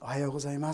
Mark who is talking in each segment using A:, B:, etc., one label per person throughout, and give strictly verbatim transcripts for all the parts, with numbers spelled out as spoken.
A: おはようございます。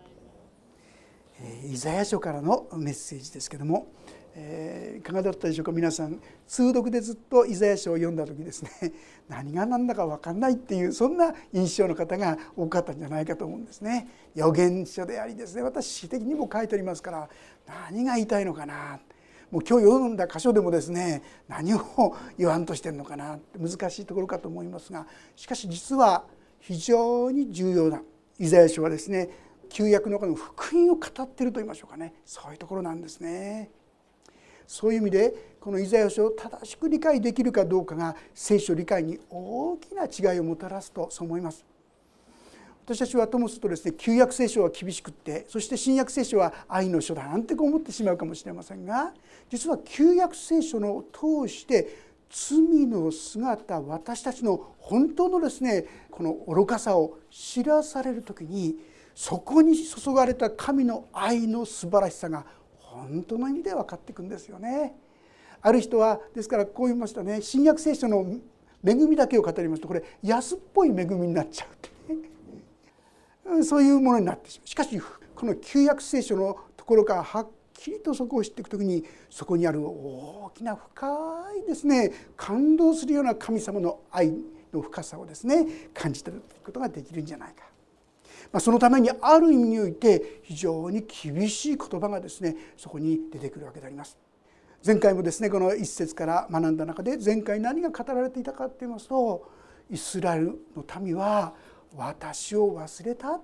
A: イザヤ書からのメッセージですけども、えー、いかがだったでしょうか。皆さん通読でずっとイザヤ書を読んだ時ですね、何が何だか分かんないっていうそんな印象の方が多かったんじゃないかと思うんですね。預言書でありですね、私詩的にも書いてありますから、何が言いたいのかな、もう今日読んだ箇所でもですね、何を言わんとしてるのかなって難しいところかと思いますが、しかし実は非常に重要な、イザヤ書はですね、旧約の中の福音を語っていると言いましょうかね、そういうところなんですね。そういう意味でこのイザヤ書を正しく理解できるかどうかが聖書理解に大きな違いをもたらすとそう思います。私たちはともするとですね、旧約聖書は厳しくって、そして新約聖書は愛の書だなんてこう思ってしまうかもしれませんが、実は旧約聖書の通して罪の姿、私たちの本当のですね、この愚かさを知らされるときに、そこに注がれた神の愛の素晴らしさが本当の意味で分かっていくんですよね。ある人はですからこう言いましたね、新約聖書の恵みだけを語りますと、これ安っぽい恵みになっちゃうってね、そういうものになってしまう。しかしこの旧約聖書のところからはっきりとそこを知っていくときに、そこにある大きな深いですね、感動するような神様の愛の深さをですね、感じていくことができるんじゃないか。まあ、そのためにある意味において非常に厳しい言葉がですね、そこに出てくるわけであります。前回もですね、この一節から学んだ中で、前回何が語られていたかと言いますと、イスラエルの民は私を忘れたって、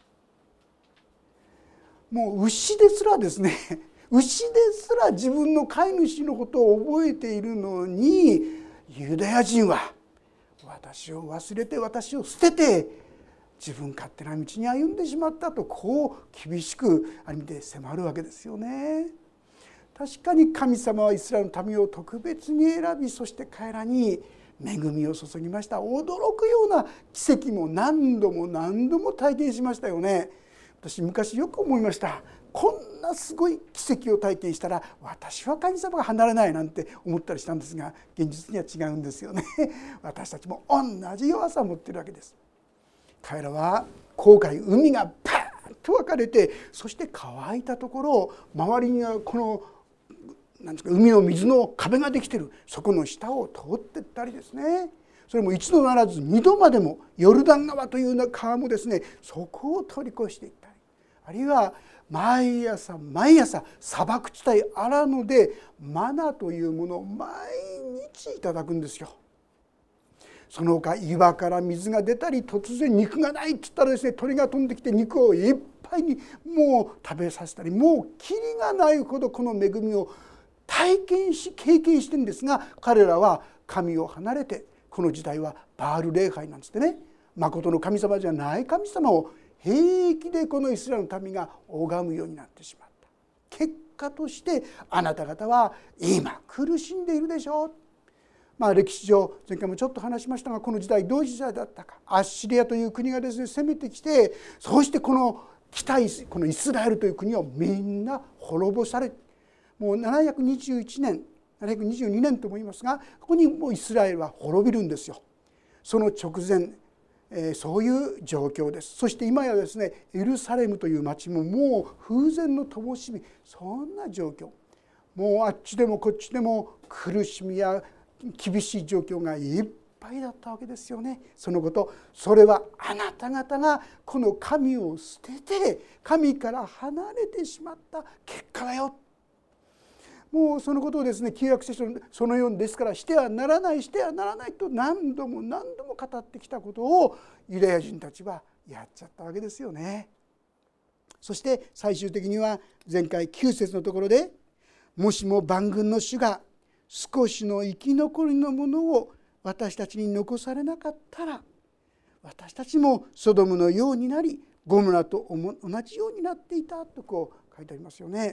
A: もう牛ですらですね、牛ですら自分の飼い主のことを覚えているのに、ユダヤ人は私を忘れて、私を捨てて自分勝手な道に歩んでしまったと、こう厳しくある意味で迫るわけですよね。確かに神様はイスラエルの民を特別に選び、そして彼らに恵みを注ぎました。驚くような奇跡も何度も何度も体験しましたよね。私昔よく思いました。こんなすごい奇跡を体験したら私は神様が離れないなんて思ったりしたんですが、現実には違うんですよね。私たちも同じ弱さを持っているわけです。彼らは紅海、海がパーンと分かれて、そして乾いたところ、周りにはこのなんですか、海の水の壁ができている、そこの下を通っていったりですね、それも一度ならず二度までも、ヨルダン川というような川もですね、そこを通り越していったり、あるいは毎朝毎朝砂漠地帯アラノでマナというものを毎日いただくんですよ。その他岩から水が出たり、突然肉がないって言ったらですね、鳥が飛んできて肉をいっぱいにもう食べさせたり、もうキリがないほどこの恵みを体験し経験してるんですが、彼らは神を離れて、この時代はバール礼拝なんですってね、誠の神様じゃない神様を平気でこのイスラエルの民が拝むようになってしまった。結果としてあなた方は今苦しんでいるでしょう。まあ、歴史上前回もちょっと話しましたが、この時代どういう時代だったか。アッシリアという国がですね攻めてきて、そしてこの北イスこのイスラエルという国をみんな滅ぼされ、もうななひゃくにじゅういちねんななひゃくにじゅうにねんと思いますが、ここにもうイスラエルは滅びるんですよ。その直前、えー、そういう状況です。そして今やですね、エルサレムという町ももう風前の灯火、そんな状況。もうあっちでもこっちでも苦しみや厳しい状況がいっぱいだったわけですよね。そのこと、それはあなた方がこの神を捨てて神から離れてしまった結果だよ。もうそのことをですね、旧約聖書のそのようにですから、してはならないしてはならないと何度も何度も語ってきたことをユダヤ人たちはやっちゃったわけですよね。そして最終的には前回きゅう節のところで、もしも万軍の主が少しの生き残りのものを私たちに残されなかったら、私たちもソドムのようになり、ゴモラと同じようになっていたとこう書いてありますよね。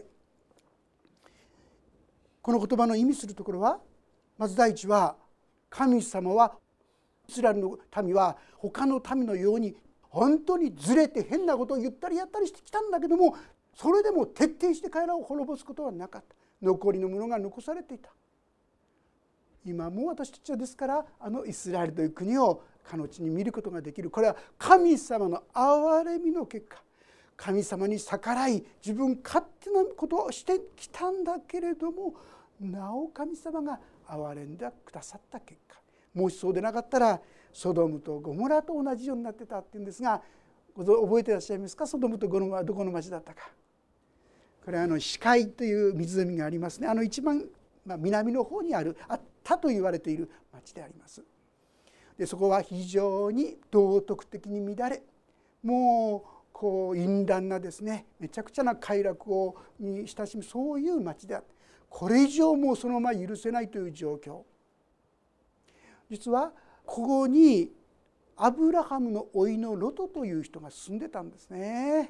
A: この言葉の意味するところは、まず第一は、神様はイスラエルの民は他の民のように本当にずれて変なことを言ったりやったりしてきたんだけども、それでも徹底して彼らを滅ぼすことはなかった。残りのものが残されていた。 今も私たちはですからあのイスラエルという国をかの地に見ることができる。これは神様の憐れみの結果、神様に逆らい自分勝手なことをしてきたんだけれども、なお神様が憐れんでくださった結果、もしそうでなかったらソドムとゴモラと同じようになってたっていうんですが、覚えていらっしゃいますか？ソドムとゴモラはどこの町だったか。これはあの死海という湖がありますね。あの一番、まあ、南の方にあるあったと言われている町であります。でそこは非常に道徳的に乱れ、もうこう淫乱なですね、めちゃくちゃな快楽をに親しむ、そういう町であって、これ以上もうそのまま許せないという状況。実はここにアブラハムの甥のロトという人が住んでたんですね。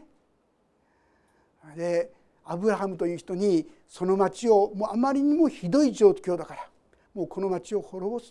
A: でアブラハムという人にその町を、もうあまりにもひどい状況だからもうこの町を滅ぼす、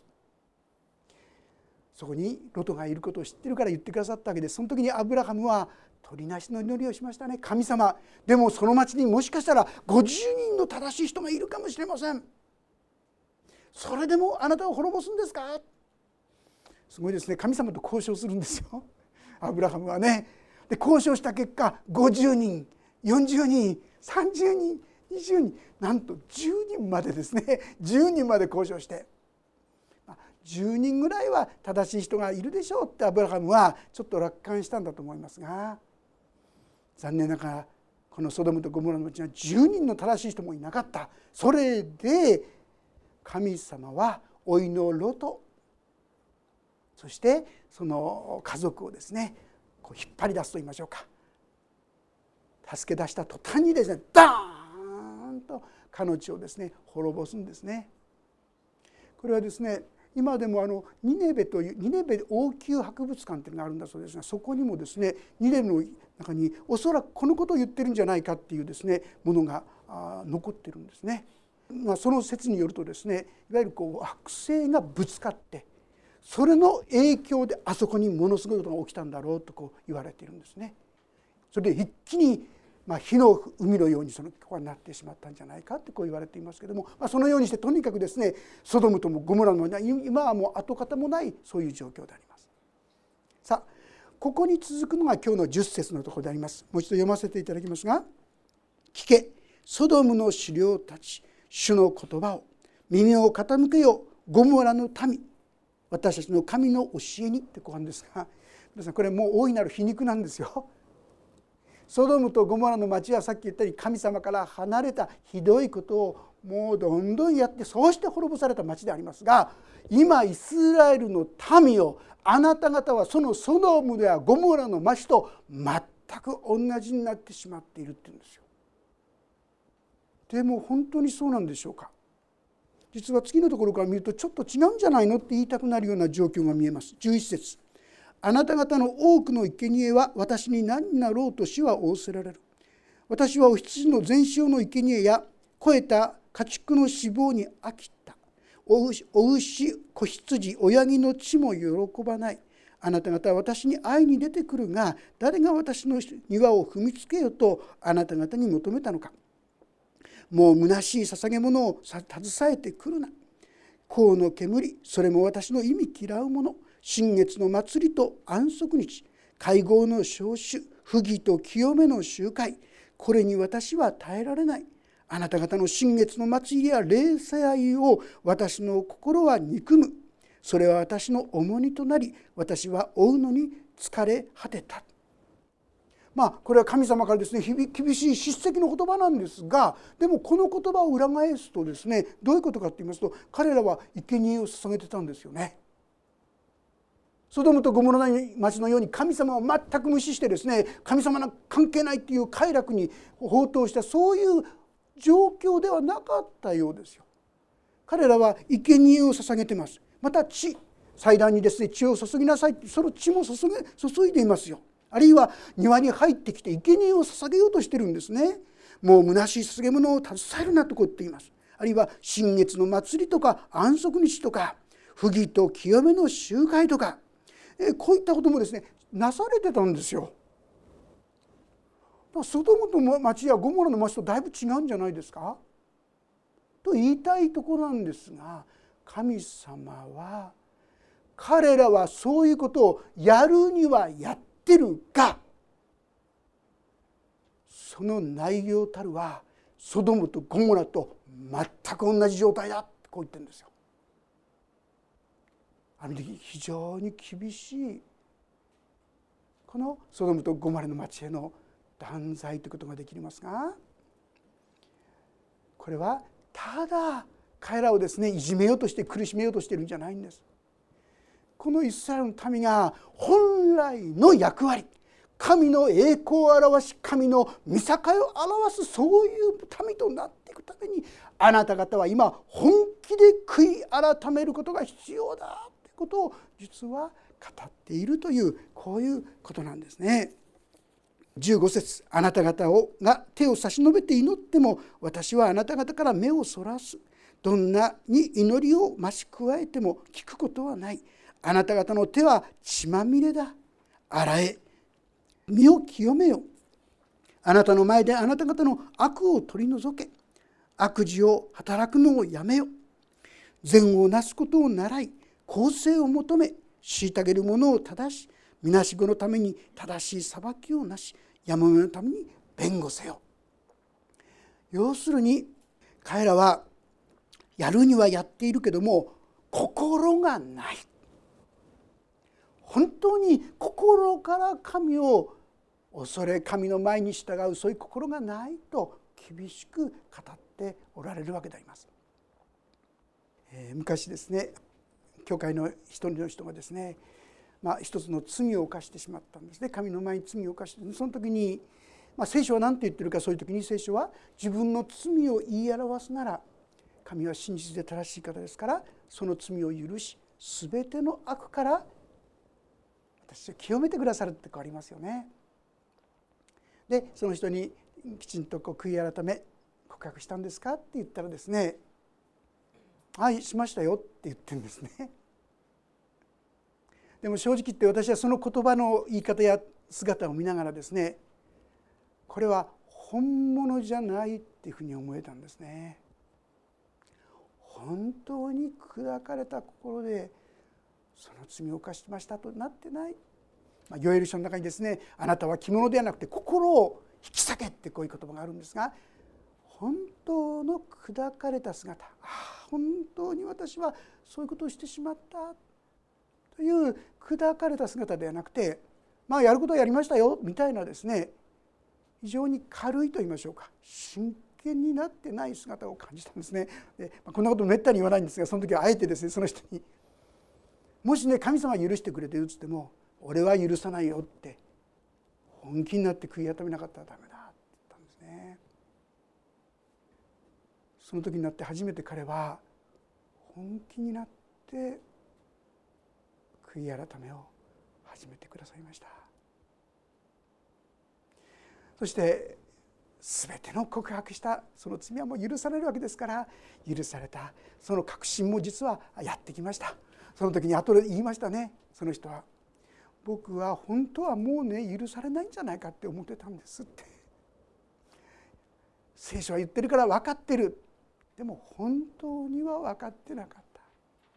A: そこにロトがいることを知ってるから言ってくださったわけです。その時にアブラハムは鳥なしの祈りをしましたね。神様、でもその町にもしかしたらごじゅうにんの正しい人がいるかもしれません。それでもあなたを滅ぼすんですか？すごいですね。神様と交渉するんですよ、アブラハムはね。で交渉した結果、ごじゅうにん、よんじゅうにん、さんじゅうにん、にじゅうにん、なんとじゅうにんまでですね、じゅうにんまで交渉して、じゅうにんぐらいは正しい人がいるでしょうってアブラハムはちょっと楽観したんだと思いますが、残念ながらこのソドムとゴモラのうちにはじゅうにんの正しい人もいなかった。それで神様は甥のロト、そしてその家族をですねこう引っ張り出すと言いましょうか、助け出した途端にですね、ダーンと彼の地をですね滅ぼすんですね。これはですね、今でもあのニネベというニネベ王宮博物館というのがあるんだそうですが、そこにもですねニネベの中におそらくこのことを言ってるんじゃないかっていうですねものが残ってるんですね。まあ、その説によるとですね、いわゆるこう惑星がぶつかってそれの影響であそこにものすごいことが起きたんだろうとこう言われているんですね。それで一気にまあ火の海のようにそのここはなってしまったんじゃないかってこう言われていますけれども、まあ、そのようにしてとにかくですねソドムともゴモラの今はもう跡形もないそういう状況であります。さあここに続くのが今日のじゅっ節のところであります。もう一度読ませていただきますが、聞けソドムの首領たち、主の言葉を耳を傾けよ、ゴモラの民、私たちの神の教えにってこうなんですが、皆さんこれもう大いなる皮肉なんですよ。ソドムとゴモラの町はさっき言ったように神様から離れたひどいことをもうどんどんやって、そうして滅ぼされた町でありますが、今イスラエルの民をあなた方はそのソドムやゴモラの町と全く同じになってしまっているって言うんですよ。でも本当にそうなんでしょうか。実は次のところから見るとちょっと違うんじゃないのって言いたくなるような状況が見えます。じゅういち節、あなた方の多くの生贄は私に何になろうと主は仰せられる。私はお羊の全焼の生贄や肥えた家畜の脂肪に飽きた。お牛、お牛、子羊、親木の血も喜ばない。あなた方は私に会いに出てくるが、誰が私の庭を踏みつけよとあなた方に求めたのか。もう虚しい捧げ物を携えてくるな。香の煙、それも私の意味嫌うもの。新月の祭りと安息日、会合の召集、不義と清めの集会、これに私は耐えられない。あなた方の新月の祭りや礼祭を私の心は憎む。それは私の重荷となり、私は追うのに疲れ果てた。まあこれは神様からですね厳しい叱責の言葉なんですが、でもこの言葉を裏返すとですね、どういうことかと言いますと、彼らは生贄を捧げてたんですよね。ソドムとゴモラの町のように神様を全く無視してですね、神様なんか関係ないっていう快楽に放蕩した、そういう状況ではなかったようですよ。彼らは生贄を捧げてます。また血、祭壇にですね血を注ぎなさいって、その血も注げ注いでいますよ。あるいは庭に入ってきて生贄を捧げようとしてるんですね。もう虚しい捧げ物を携えるなとこう言っています。あるいは新月の祭りとか安息日とか不義と清めの集会とか、こういったこともですねなされてたんですよ。ソドムの町やゴモラの町とだいぶ違うんじゃないですかと言いたいところなんですが、 神様は彼らはそういうことをやるにはやってるが、その内容たるはソドムとゴモラと全く同じ状態だってこう言ってるんですよ。ある意味非常に厳しいこのソドムとゴモラの町への断罪ということができますが、これはただ彼らをですねいじめようとして苦しめようとしているんじゃないんです。このイスラエルの民が本来の役割、神の栄光を表し神の御境を表すそういう民となっていくために、あなた方は今本気で悔い改めることが必要だということを実は語っているという、こういうことなんですね。じゅうご節、あなた方をが手を差し伸べて祈っても私はあなた方から目をそらす。どんなに祈りを増し加えても聞くことはない。あなた方の手は血まみれだ。洗え、身を清めよ。あなたの前であなた方の悪を取り除け。悪事を働くのをやめよ。善をなすことを習い、公正を求め、虐げる者を正し、みなしごのために正しい裁きをなし、やもめのために弁護せよ。要するに彼らはやるにはやっているけども心がない。本当に心から神を恐れ神の前に従うそういう心がないと厳しく語っておられるわけであります。えー、昔ですね、教会の一人の人がですね、まあ、一つの罪を犯してしまったんですね。神の前に罪を犯して、その時に、まあ、聖書は何て言ってるか、そういう時に聖書は自分の罪を言い表すなら神は真実で正しい方ですから、その罪を許し全ての悪から私を清めてくださるって変わりますよね。でその人にきちんとこう悔い改め告白したんですかって言ったらですね、はいしましたよって言ってるんですね。でも正直言って私はその言葉の言い方や姿を見ながらですね、これは本物じゃないっていうふうに思えたんですね。本当に砕かれた心でその罪を犯しましたとなってない。まあ、ヨエル書の中にですね、あなたは着物ではなくて心を引き裂けってこういう言葉があるんですが、本当の砕かれた姿、ああ本当に私はそういうことをしてしまったという砕かれた姿ではなくて、まあやることはやりましたよみたいなですね、非常に軽いと言いましょうか、真剣になってない姿を感じたんですね。で、まあ、こんなことめったに言わないんですが、その時はあえてですね、その人にもしね神様が許してくれてるっつっても俺は許さないよって本気になって悔い改めなかったらダメだって言ったんですね。その時になって初めて彼は本気になって悔い改めを始めてくださいました。そして全ての告白したその罪はもう許されるわけですから、許されたその確信も実はやってきました。その時に後で言いましたね、その人は。僕は本当はもうね許されないんじゃないかって思ってたんですって。聖書は言ってるから分かってる。でも本当には分かってなかった。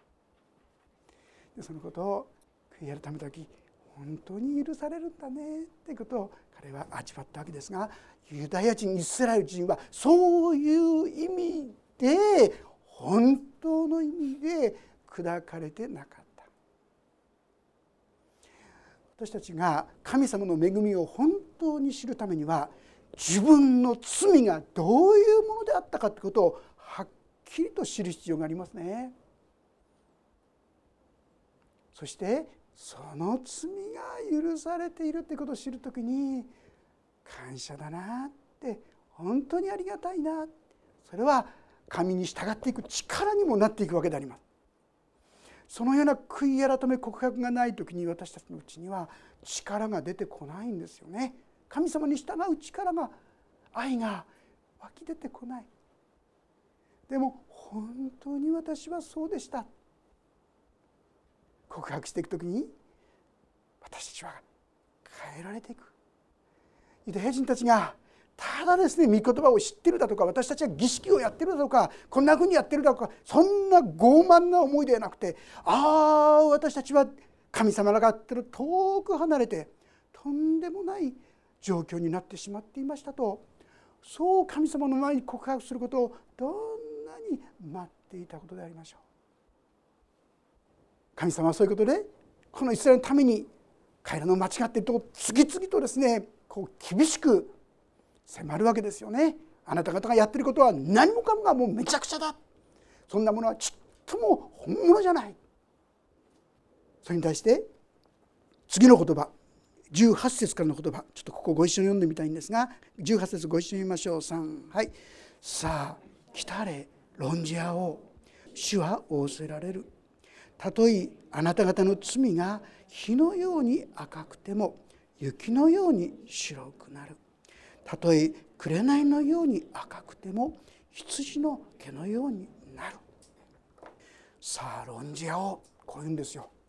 A: でそのことを悔い改めた時、本当に許されるんだねってことを彼は味わったわけですが、ユダヤ人イスラエル人はそういう意味で本当の意味で砕かれてなかった。私たちが神様の恵みを本当に知るためには、自分の罪がどういうものであったかということをはっきりと知る必要がありますね。そしてその罪が許されているということを知るときに、感謝だなって、本当にありがたいな、それは神に従っていく力にもなっていくわけであります。そのような悔い改め告白がないときに、私たちのうちには力が出てこないんですよね。神様に従う力が、愛が湧き出てこない。でも本当に私はそうでした告白していくときに、私たちは変えられていく。ユダヤ人たちがただですね、御言葉を知ってるだとか、私たちは儀式をやってるだとか、こんなふうにやってるだとか、そんな傲慢な思いではなくて、ああ私たちは神様が遠く離れてとんでもない状況になってしまっていましたと、そう神様の前に告白することをどんなに待っていたことでありましょう。神様はそういうことでこのイスラエルのために彼らの間違っているところを次々とですね、こう厳しく迫るわけですよね。あなた方がやっていることは何もかもがもうめちゃくちゃだ、そんなものはちっとも本物じゃない。それに対して次の言葉、じゅうはち節からの言葉、ちょっとここご一緒に読んでみたいんですが、じゅうはち節ご一緒に見ましょう。さん、はい。さあ来たれ論じ合おう、主は仰せられる。たとえあなた方の罪が火のように赤くても雪のように白くなる。たとえ紅のように赤くても羊の毛のようになる。さあ論じ合おう、こう言うんですよ。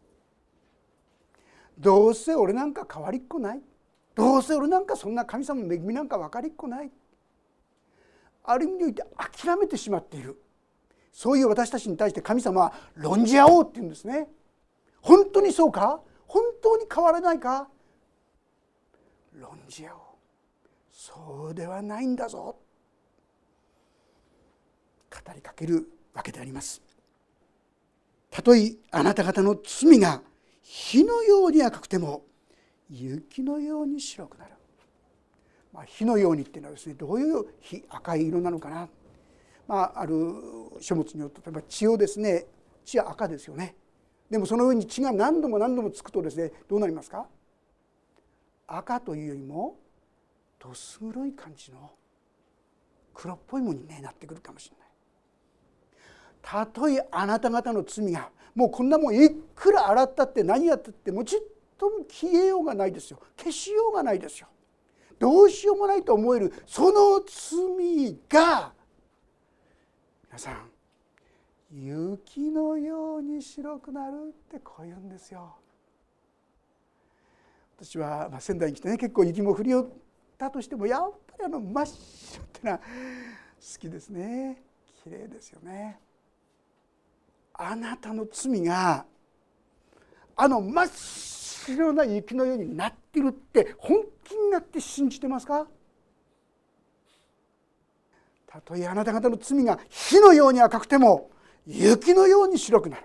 A: どうせ俺なんか変わりっこない、どうせ俺なんかそんな神様の恵みなんか分かりっこない、ある意味において諦めてしまっている、そういう私たちに対して神様は論じ合おうって言うんですね。本当にそうか、本当に変わらないか、論じ合おう、そうではないんだぞ、語りかけるわけであります。たとえあなた方の罪が火のように赤くても雪のように白くなる。まあ、火のようにっていうのはですね、どういう火、赤い色なのかな。まあ、ある書物によって例えば血をですね、血は赤ですよね。でもその上に血が何度も何度もつくとですね、どうなりますか。赤というよりもどす黒い感じの黒っぽいものに、ね、なってくるかもしれない。たとえあなた方の罪がもうこんなもんいくら洗ったって何やったってもうちっとも消えようがないですよ、消しようがないですよ、どうしようもないと思えるその罪が皆さん雪のように白くなるってこう言うんですよ。私は、まあ、仙台に来てね、結構雪も降りよったとしてもやっぱりあの真っ白ってのは好きですね。綺麗ですよね。あなたの罪があの真っ白な雪のようになってるって本気になって信じてますか。たとえあなた方の罪が火のように赤くても雪のように白くなる、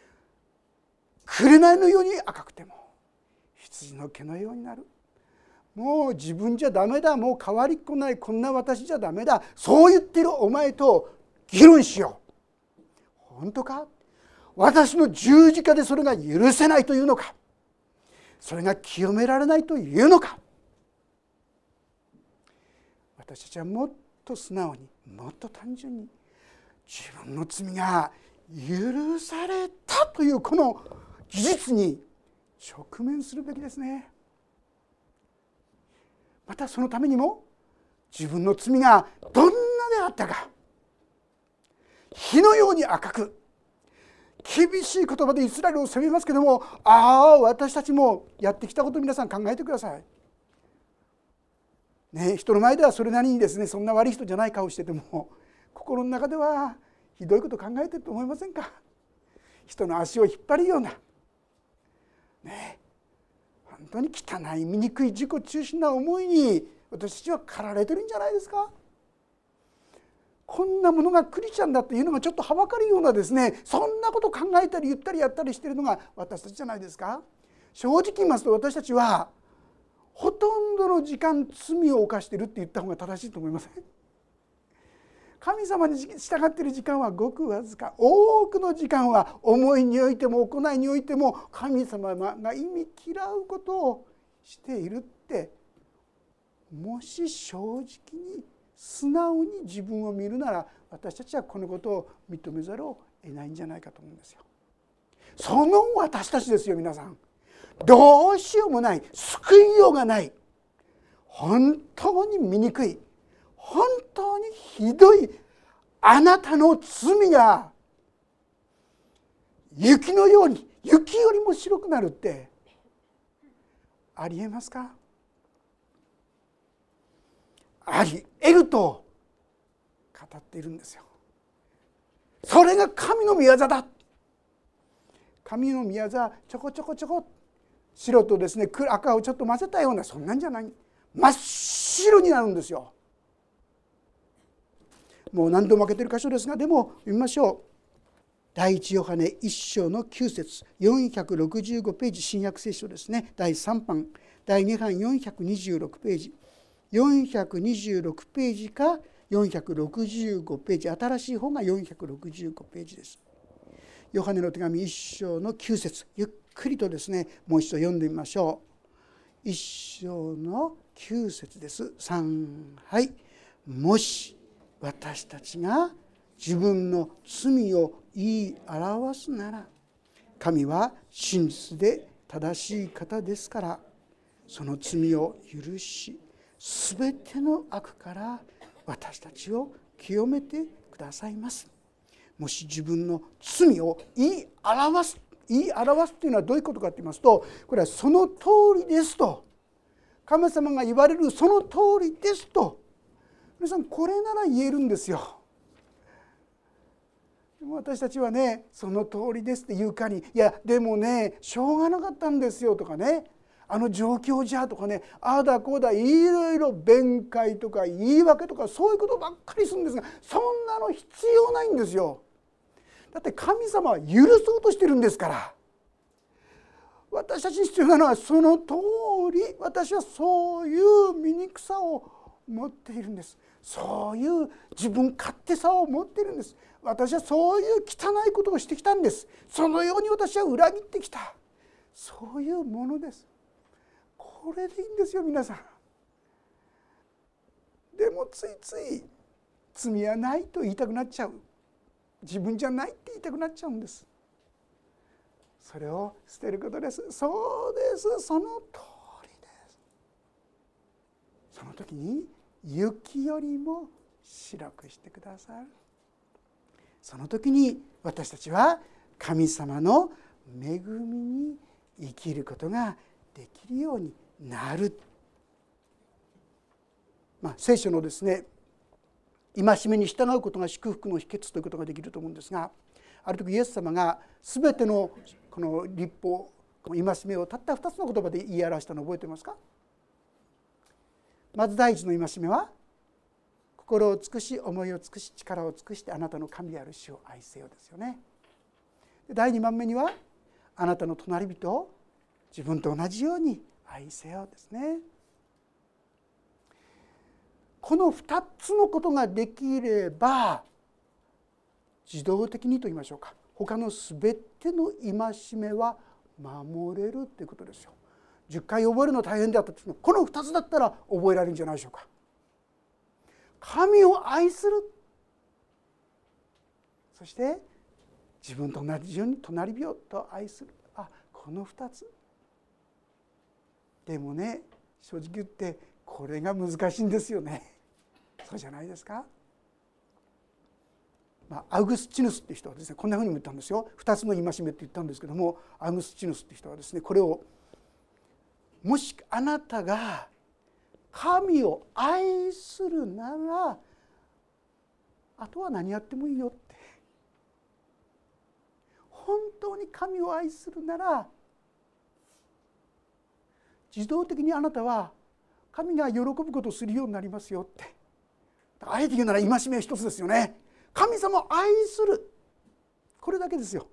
A: 紅のように赤くても羊の毛のようになる。もう自分じゃダメだ、もう変わりっこない、こんな私じゃダメだ、そう言ってるお前と議論しよう。本当か、私の十字架でそれが許せないというのか、それが清められないというのか。私たちはもっと素直に、もっと単純に自分の罪が許されたというこの事実に直面するべきですね。またそのためにも自分の罪がどんなであったか、火のように赤く、厳しい言葉でイスラエルを責めますけども、ああ私たちもやってきたことを皆さん考えてください。ね、人の前ではそれなりにですね、そんな悪い人じゃない顔してても心の中ではひどいこと考えてると思いませんか。人の足を引っ張るような、ね、本当に汚い醜い自己中心な思いに私たちは駆られてるんじゃないですか。こんなものがクリスチャンだというのがちょっとはばかるようなですね、そんなこと考えたり言ったりやったりしているのが私たちじゃないですか。正直言いますと私たちはほとんどの時間罪を犯しているって言った方が正しいと思いません？神様に従っている時間はごくわずか、多くの時間は思いにおいても行いにおいても神様が意味嫌うことをしているって、もし正直に素直に自分を見るなら私たちはこのことを認めざるを得ないんじゃないかと思うんですよ。その私たちですよ。皆さんどうしようもない、救いようがない、本当に醜い、本当にひどいあなたの罪が雪のように、雪よりも白くなるってありえますか？ あり得ると語っているんですよ。それが神の御業だ。神の御業はちょこちょこちょこ白とですね赤をちょっと混ぜたようなそんなんじゃない。真っ白になるんですよ。もう何度も負けている箇所ですが、でも読みましょう。第一ヨハネ一章のきゅう節、よんひゃくろくじゅうごページ、新約聖書ですね。だいさん版、だいに版よんひゃくにじゅうろくページ、よんひゃくにじゅうろくページかよんひゃくろくじゅうごページ、新しい方がよんひゃくろくじゅうごページです。ヨハネの手紙一章のきゅう節、ゆっくりとですねもう一度読んでみましょう。一章のきゅう節です。さんはい。もし私たちが自分の罪を言い表すなら、神は真実で正しい方ですから、その罪を許し、すべての悪から私たちを清めてくださいます。もし自分の罪を言い表す、言い表すというのはどういうことかと言いますと、これはその通りですと、神様が言われるその通りですと、皆さんこれなら言えるんですよ。でも私たちはね、その通りですって言うかに、いやでもねしょうがなかったんですよとかね、あの状況じゃとかね、ああだこうだいろいろ弁解とか言い訳とかそういうことばっかりするんですが、そんなの必要ないんですよ。だって神様は許そうとしてるんですから。私たちに必要なのはその通り、私はそういう醜さを持っているんです。そういう自分勝手さを持っているんです。私はそういう汚いことをしてきたんです。そのように私は裏切ってきた、そういうものです。これでいいんですよ皆さん。でもついつい罪はないと言いたくなっちゃう、自分じゃないって言いたくなっちゃうんです。それを捨てることです。そうです、その通りです。その時に雪よりも白くしてくださる。その時に私たちは神様の恵みに生きることができるようになる。まあ、聖書のですね戒めに従うことが祝福の秘訣ということができると思うんですが、ある時イエス様が全てのこの律法、戒めをたったふたつの言葉で言い表したのを覚えてますか？まず第一の戒めは、心を尽くし思いを尽くし力を尽くしてあなたの神である主を愛せよですよね。第二番目には、あなたの隣人を自分と同じように愛せよですね。このふたつのことができれば自動的にと言いましょうか、他のすべての戒めは守れるということですよ。じゅっかい覚えるの大変であったとしても、このふたつだったら覚えられるんじゃないでしょうか。神を愛する、そして自分と同じように隣人と愛する、あ、このふたつ。でもね、正直言ってこれが難しいんですよね。そうじゃないですか。まあ、アウグスチヌスっていう人はですね、こんなふうにも言ったんですよ。ふたつの戒めって言ったんですけども、アウグスチヌスっていう人はですね、これを、もしあなたが神を愛するならあとは何やってもいいよって、本当に神を愛するなら自動的にあなたは神が喜ぶことをするようになりますよって。あえて言うなら戒めは一つですよね。神様を愛する、これだけですよ。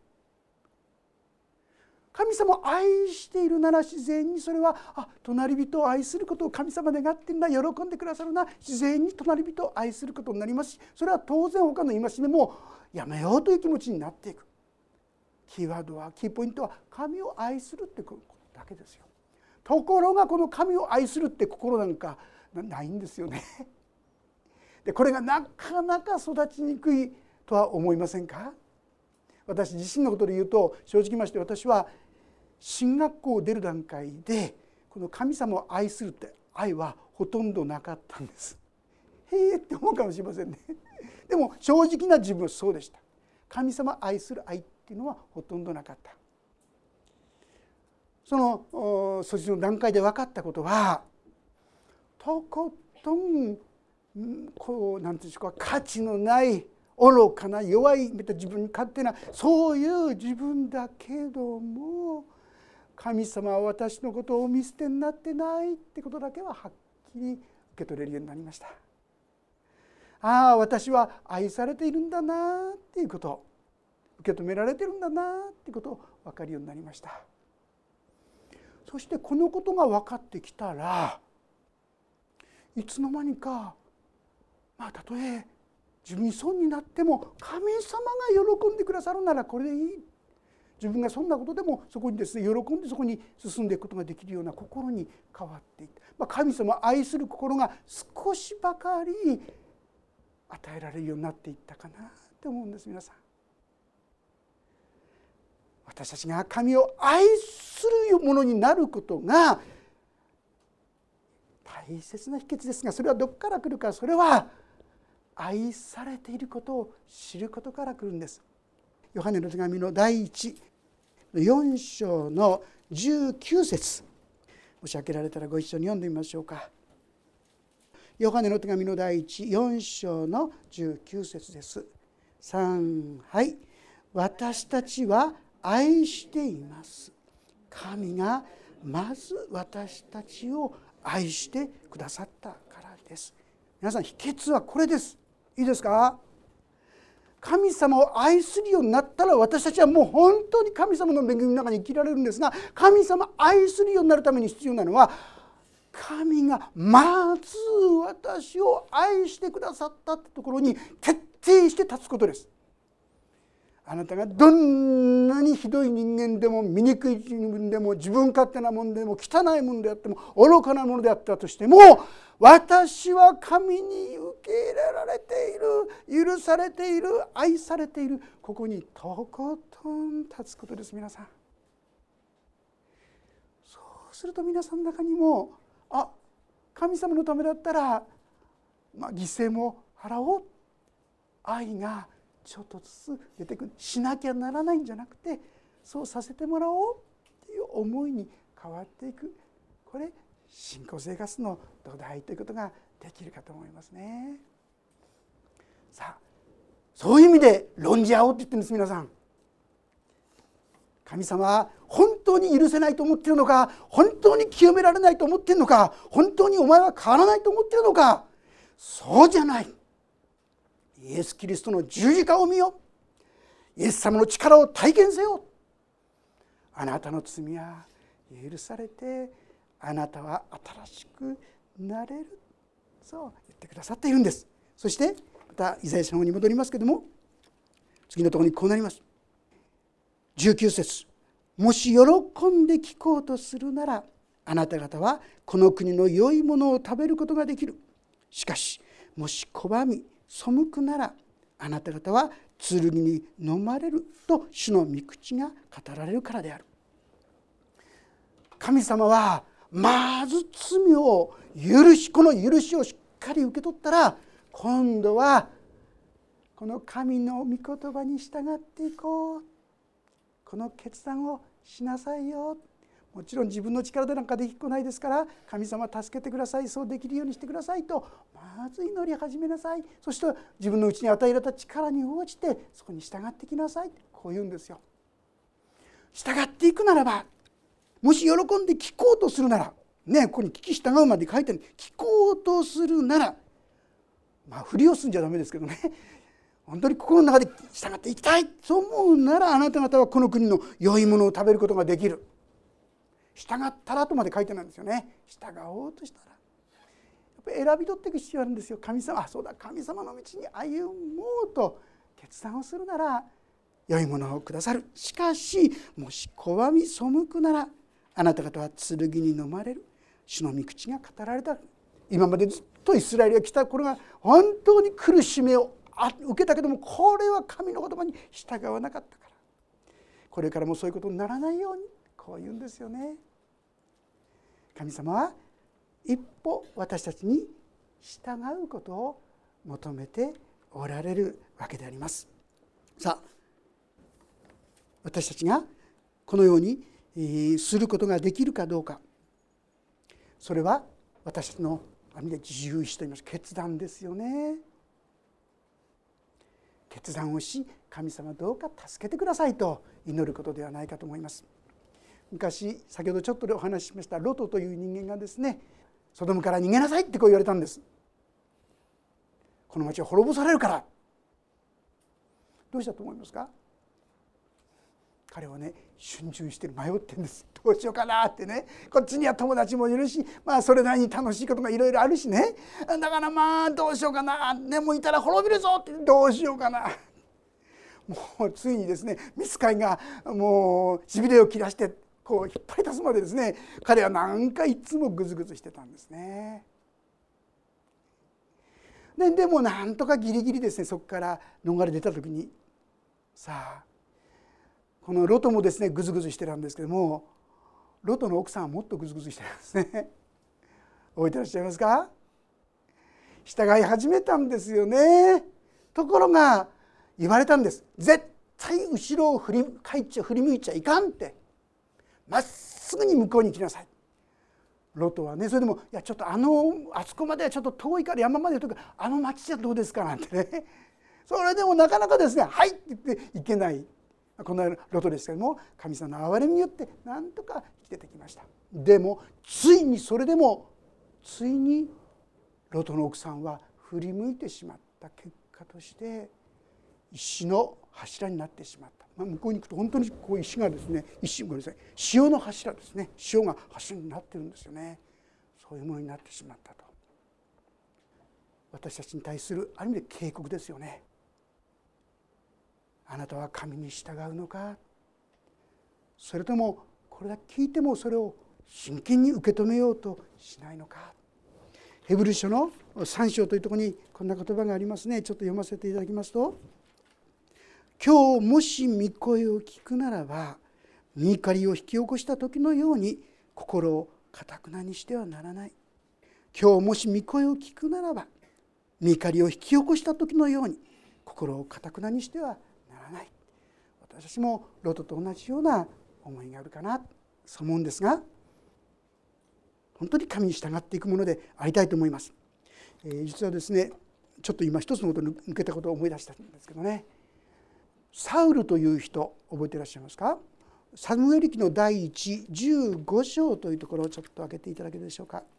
A: 神様を愛しているなら自然にそれは、あ、隣人を愛することを神様願っているな、喜んでくださるな、自然に隣人を愛することになりますし、それは当然他の戒めもやめようという気持ちになっていく。キーワードは、キーポイントは神を愛するってことだけですよ。ところがこの神を愛するって心なんかないんですよね。でこれがなかなか育ちにくいとは思いませんか？私自身のことで言うと、正直まして私は進学校を出る段階でこの神様を愛するって愛はほとんどなかったんです。へえって思うかもしれませんね。でも正直な自分はそうでした。神様を愛する愛っていうのはほとんどなかった。そのそっちの段階で分かったことは、とことんこうなんていうんでしょうか、価値のない愚かな弱い自分に勝手なそういう自分だけども、神様は私のことをお見捨てになってないってことだけははっきり受け取れるようになりました。ああ、私は愛されているんだなっていうこと、受け止められているんだなっていうことを分かるようになりました。そしてこのことが分かってきたら、いつの間にか、まあ、たとえ自分に損になっても神様が喜んでくださるならこれでいい。自分がそんなことでもそこにですね、喜んでそこに進んでいくことができるような心に変わっていった、まあ、神様を愛する心が少しばかり与えられるようになっていったかなと思うんです。皆さん、私たちが神を愛するものになることが大切な秘訣ですが、それはどこから来るか。それは愛されていることを知ることから来るんです。ヨハネの手紙の第一よん章のじゅうきゅう節、もし開けられたらご一緒に読んでみましょうか。ヨハネの手紙の第一よん章のじゅうきゅう節です。さん、はい。私たちは愛しています。神がまず私たちを愛してくださったからです。皆さん、秘訣はこれです。いいですか。神様を愛するようになったら、私たちはもう本当に神様の恵みの中に生きられるんですが、神様を愛するようになるために必要なのは、神がまず私を愛してくださったというところに徹底して立つことです。あなたがどんなにひどい人間でも、醜い自分でも、自分勝手なものでも、汚いものであっても、愚かなものであったとしても、私は神に受け入れられている、許されている、愛されている、ここにとことん立つことです。皆さん、そうすると皆さんの中にも、あ、神様のためだったら、まあ、犠牲も払おう、愛がちょっとずつ出てくる、しなきゃならないんじゃなくて、そうさせてもらおうっていう思いに変わっていく、これ信仰生活の土台ということができるかと思いますね。さあ、そういう意味で論じ合おうって言ってるんです。皆さん、神様は本当に許せないと思っているのか、本当に清められないと思っているのか、本当にお前は変わらないと思っているのか。そうじゃない。イエス・キリストの十字架を見よ、イエス様の力を体験せよ。あなたの罪は許されて、あなたは新しくなれる、そう言ってくださっているんです。そしてまたイザヤ書の方に戻りますけれども、次のところにこうなります。じゅうきゅう節、もし喜んで聞こうとするなら、あなた方はこの国の良いものを食べることができる。しかしもし拒み背くなら、あなた方は剣に飲まれると主の御口が語られるからである。神様はまず罪を許し、この許しをしっかり受け取ったら、今度はこの神の御言葉に従っていこう、この決断をしなさいよ。もちろん自分の力でなんかできっこないですから、神様助けてください、そうできるようにしてくださいとまず祈り始めなさい。そして自分のうちに与えられた力に応じてそこに従ってきなさい、こう言うんですよ。従っていくならば、もし喜んで聞こうとするならね、ここに聞き従うまで書いてある。聞こうとするなら、まあふりをするんじゃダメですけどね、本当に心の中で従っていきたいそう思うなら、あなた方はこの国の良いものを食べることができる。従ったらとまで書いてないんですよね。従おうとしたら、やっぱり選び取っていく必要があるんですよ。神様、あ、そうだ、神様の道に歩もうと決断をするなら良いものをくださる。しかしもし拒み背くなら、あなた方は剣に飲まれる。主の御口が語られた。今までずっとイスラエルが来たこれが本当に苦しみを受けたけども、これは神の言葉に従わなかったから、これからもそういうことにならないように、こう言うんですよね。神様は一歩私たちに従うことを求めておられるわけであります。さあ、私たちがこのようにすることができるかどうか、それは私たちのある意味で自由意志といいます決断ですよね。決断をし、神様どうか助けてくださいと祈ることではないかと思います。昔先ほどちょっとお話ししましたロトという人間がですね、ソドムから逃げなさいってこう言われたんです。この町は滅ぼされるから。どうしたと思いますか？彼はね、逡巡してる、迷ってるんです。どうしようかなってね。こっちには友達もいるし、まあそれなりに楽しいことがいろいろあるしね。だからまあどうしようかな、でもいたら滅びるぞって、どうしようかな。もうついにですね、ミツカイがもうしびれを切らしてこう引っ張り出すまでですね、彼は何かいつもグズグズしてたんですね。で, でもなんとかギリギリですね、そこから逃れ出た時に、さあこのロトもですねグズグズしてたんですけども、ロトの奥さんはもっとグズグズしてたんですね。覚えてらっしゃいますか？従い始めたんですよね。ところが言われたんです。絶対後ろを振り返っちゃ振り向いちゃいかんって、まっすぐに向こうに行きなさい。ロトはね、それでもいやちょっとあのあそこまではちょっと遠いから山までとかあの町じゃどうですかなんてね、それでもなかなかですね、はいって言って行けない、このロトですけども、神様の憐れみによってなんとか生きててきました。でもついにそれでもついにロトの奥さんは振り向いてしまった結果として石の柱になってしまった。まあ、向こうに行くと本当にこう石がですね、石ごめんなさい、塩の柱ですね、塩が柱になってるんですよね。そういうものになってしまったと。私たちに対するある意味で警告ですよね。あなたは神に従うのか、それともこれだけ聞いてもそれを真剣に受け止めようとしないのか。ヘブル書のさん章というところにこんな言葉がありますね。ちょっと読ませていただきますと、今日もし御声を聞くならば、御怒りを引き起こした時のように心を堅くなにしてはならない。今日もし御声を聞くならば、御怒りを引き起こした時のように心を堅くなにしてはならない。私たちもロトと同じような思いがあるかな、そう思うんですが、本当に神に従っていくものでありたいと思います。えー、実はですね、ちょっと今一つのことに抜けたことを思い出したんですけどね、サウルという人覚えていらっしゃいますか？サムエル記の第一じゅうご章というところをちょっと開けていただけるでしょうか。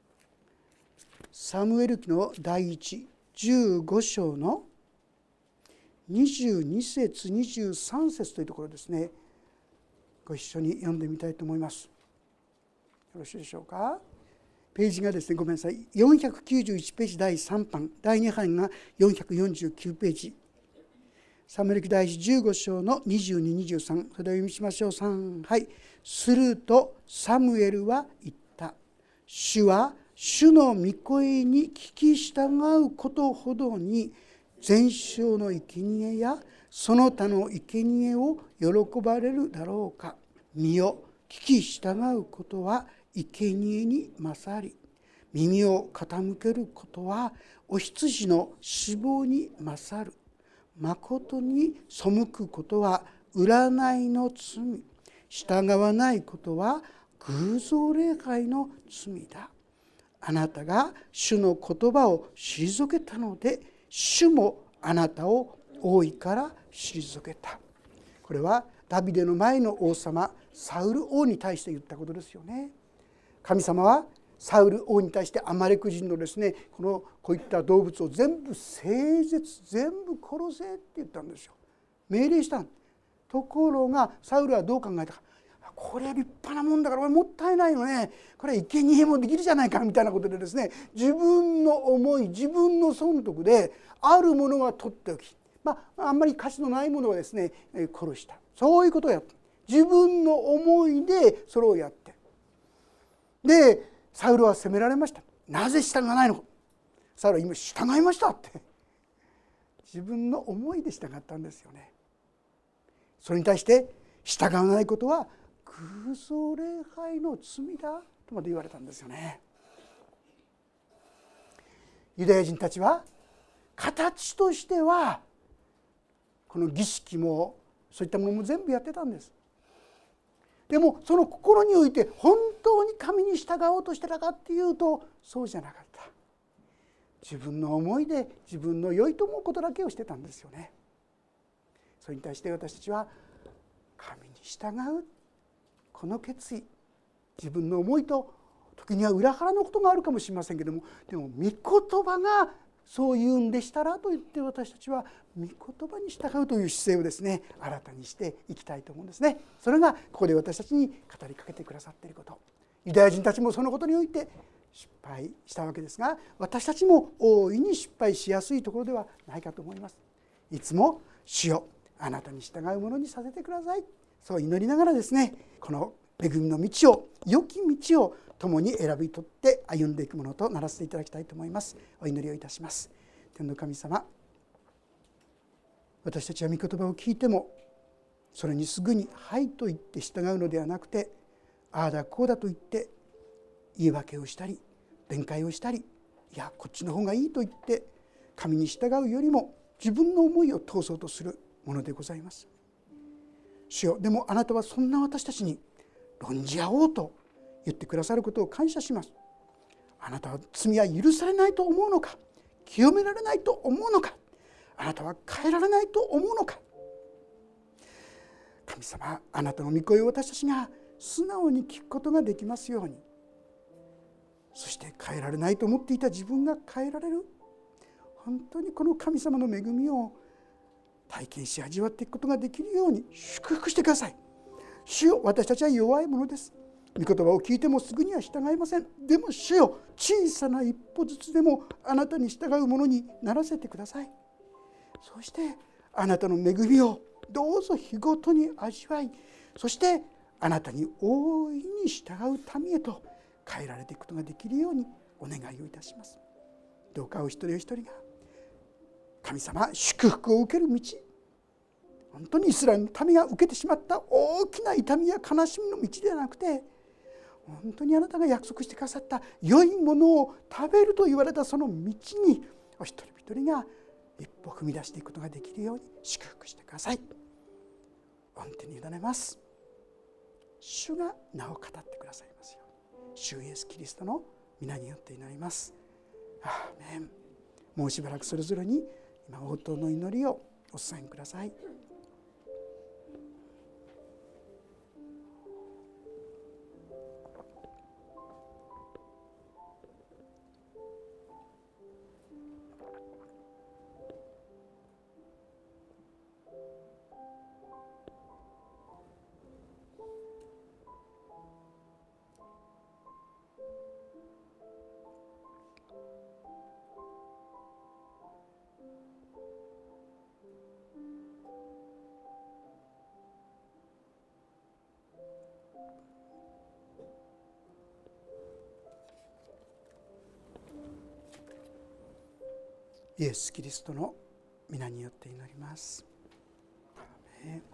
A: サムエル記の第一じゅうご章のにじゅうに節にじゅうさん節というところですね、ご一緒に読んでみたいと思います。よろしいでしょうか。ページがですね、ごめんなさい、よんひゃくきゅうじゅういちページだいさん版、だいに版がよんひゃくよんじゅうきゅうページ、サムエル記第一じゅうご章のにじゅうに、にじゅうさん、それでは読みしましょう。さん、はい。するとサムエルは言った。主は主の御声に聞き従うことほどに全焼の生贄やその他の生贄を喜ばれるだろうか。見よ、聞き従うことは生贄に勝り、耳を傾けることはお羊の脂肪に勝る。誠に背くことは占いの罪、従わないことは偶像礼拝の罪だ。あなたが主の言葉を退けたので、主もあなたを王位から退けた。これはダビデの前の王様サウル王に対して言ったことですよね。神様はサウル王に対してアマレク人のですね、このこういった動物を全部整絶、全部殺せって言ったんですよ。命令したん。ところがサウルはどう考えたか。これは立派なもんだからもったいないよね、これは生贄もできるじゃないかみたいなことでですね、自分の思い、自分の損得であるものは取っておき、まあ、あんまり価値のないものはですね殺した。そういうことをやった。自分の思いでそれをやって、でサウルは責められました。なぜ従わないのか。サウルは今従いましたって自分の思いで従ったんですよね。それに対して従わないことは偶像礼拝の罪だとまで言われたんですよね。ユダヤ人たちは形としてはこの儀式もそういったものも全部やってたんです。でもその心において本当に神に従おうとしてたかっていうとそうじゃなかった。 自分の思いで自分の良いと思うことだけをしてたんですよね。それに対して私たちは神に従うこの決意、自分の思いと時には裏腹のことがあるかもしれませんけども、でも御言葉がそう言うんでしたらと言って、私たちは御言葉に従うという姿勢をですね、新たにしていきたいと思うんですね。それがここで私たちに語りかけてくださっていること。ユダヤ人たちもそのことにおいて失敗したわけですが、私たちも大いに失敗しやすいところではないかと思います。いつも主よ、あなたに従うものにさせてください、そう祈りながらですね、この恵みの道を、良き道を共に選び取って歩んでいくものとならせていただきたいと思います。お祈りをいたします。天の神様、私たちは御言葉を聞いてもそれにすぐにはいと言って従うのではなくて、ああだこうだと言って言い訳をしたり弁解をしたり、いやこっちの方がいいと言って神に従うよりも自分の思いを通そうとするものでございます。主よ、でもあなたはそんな私たちに論じ合おうと言ってくださることを感謝します。あなたは罪は許されないと思うのか、清められないと思うのか、あなたは変えられないと思うのか。神様、あなたの御声を私たちが素直に聞くことができますように、そして変えられないと思っていた自分が変えられる、本当にこの神様の恵みを体験し味わっていくことができるように祝福してください。主よ、私たちは弱いものです。御言葉を聞いてもすぐには従いません。でも主よ、小さな一歩ずつでもあなたに従うものにならせてください。そしてあなたの恵みをどうぞ日ごとに味わい、そしてあなたに大いに従う民へと変えられていくことができるようにお願いをいたします。どうかお一人お一人が神様、祝福を受ける道、本当にイスラエルの民が受けてしまった大きな痛みや悲しみの道ではなくて、本当にあなたが約束してくださった良いものを食べると言われたその道にお一人一人が一歩踏み出していくことができるように祝福してください。御手に委ねます。主が名を語ってくださいますように、主イエスキリストの皆によって祈ります。アーメン。もうしばらくそれぞれに今応答の祈りをお伝えください。イエス・キリストの皆によって祈ります。アーメン。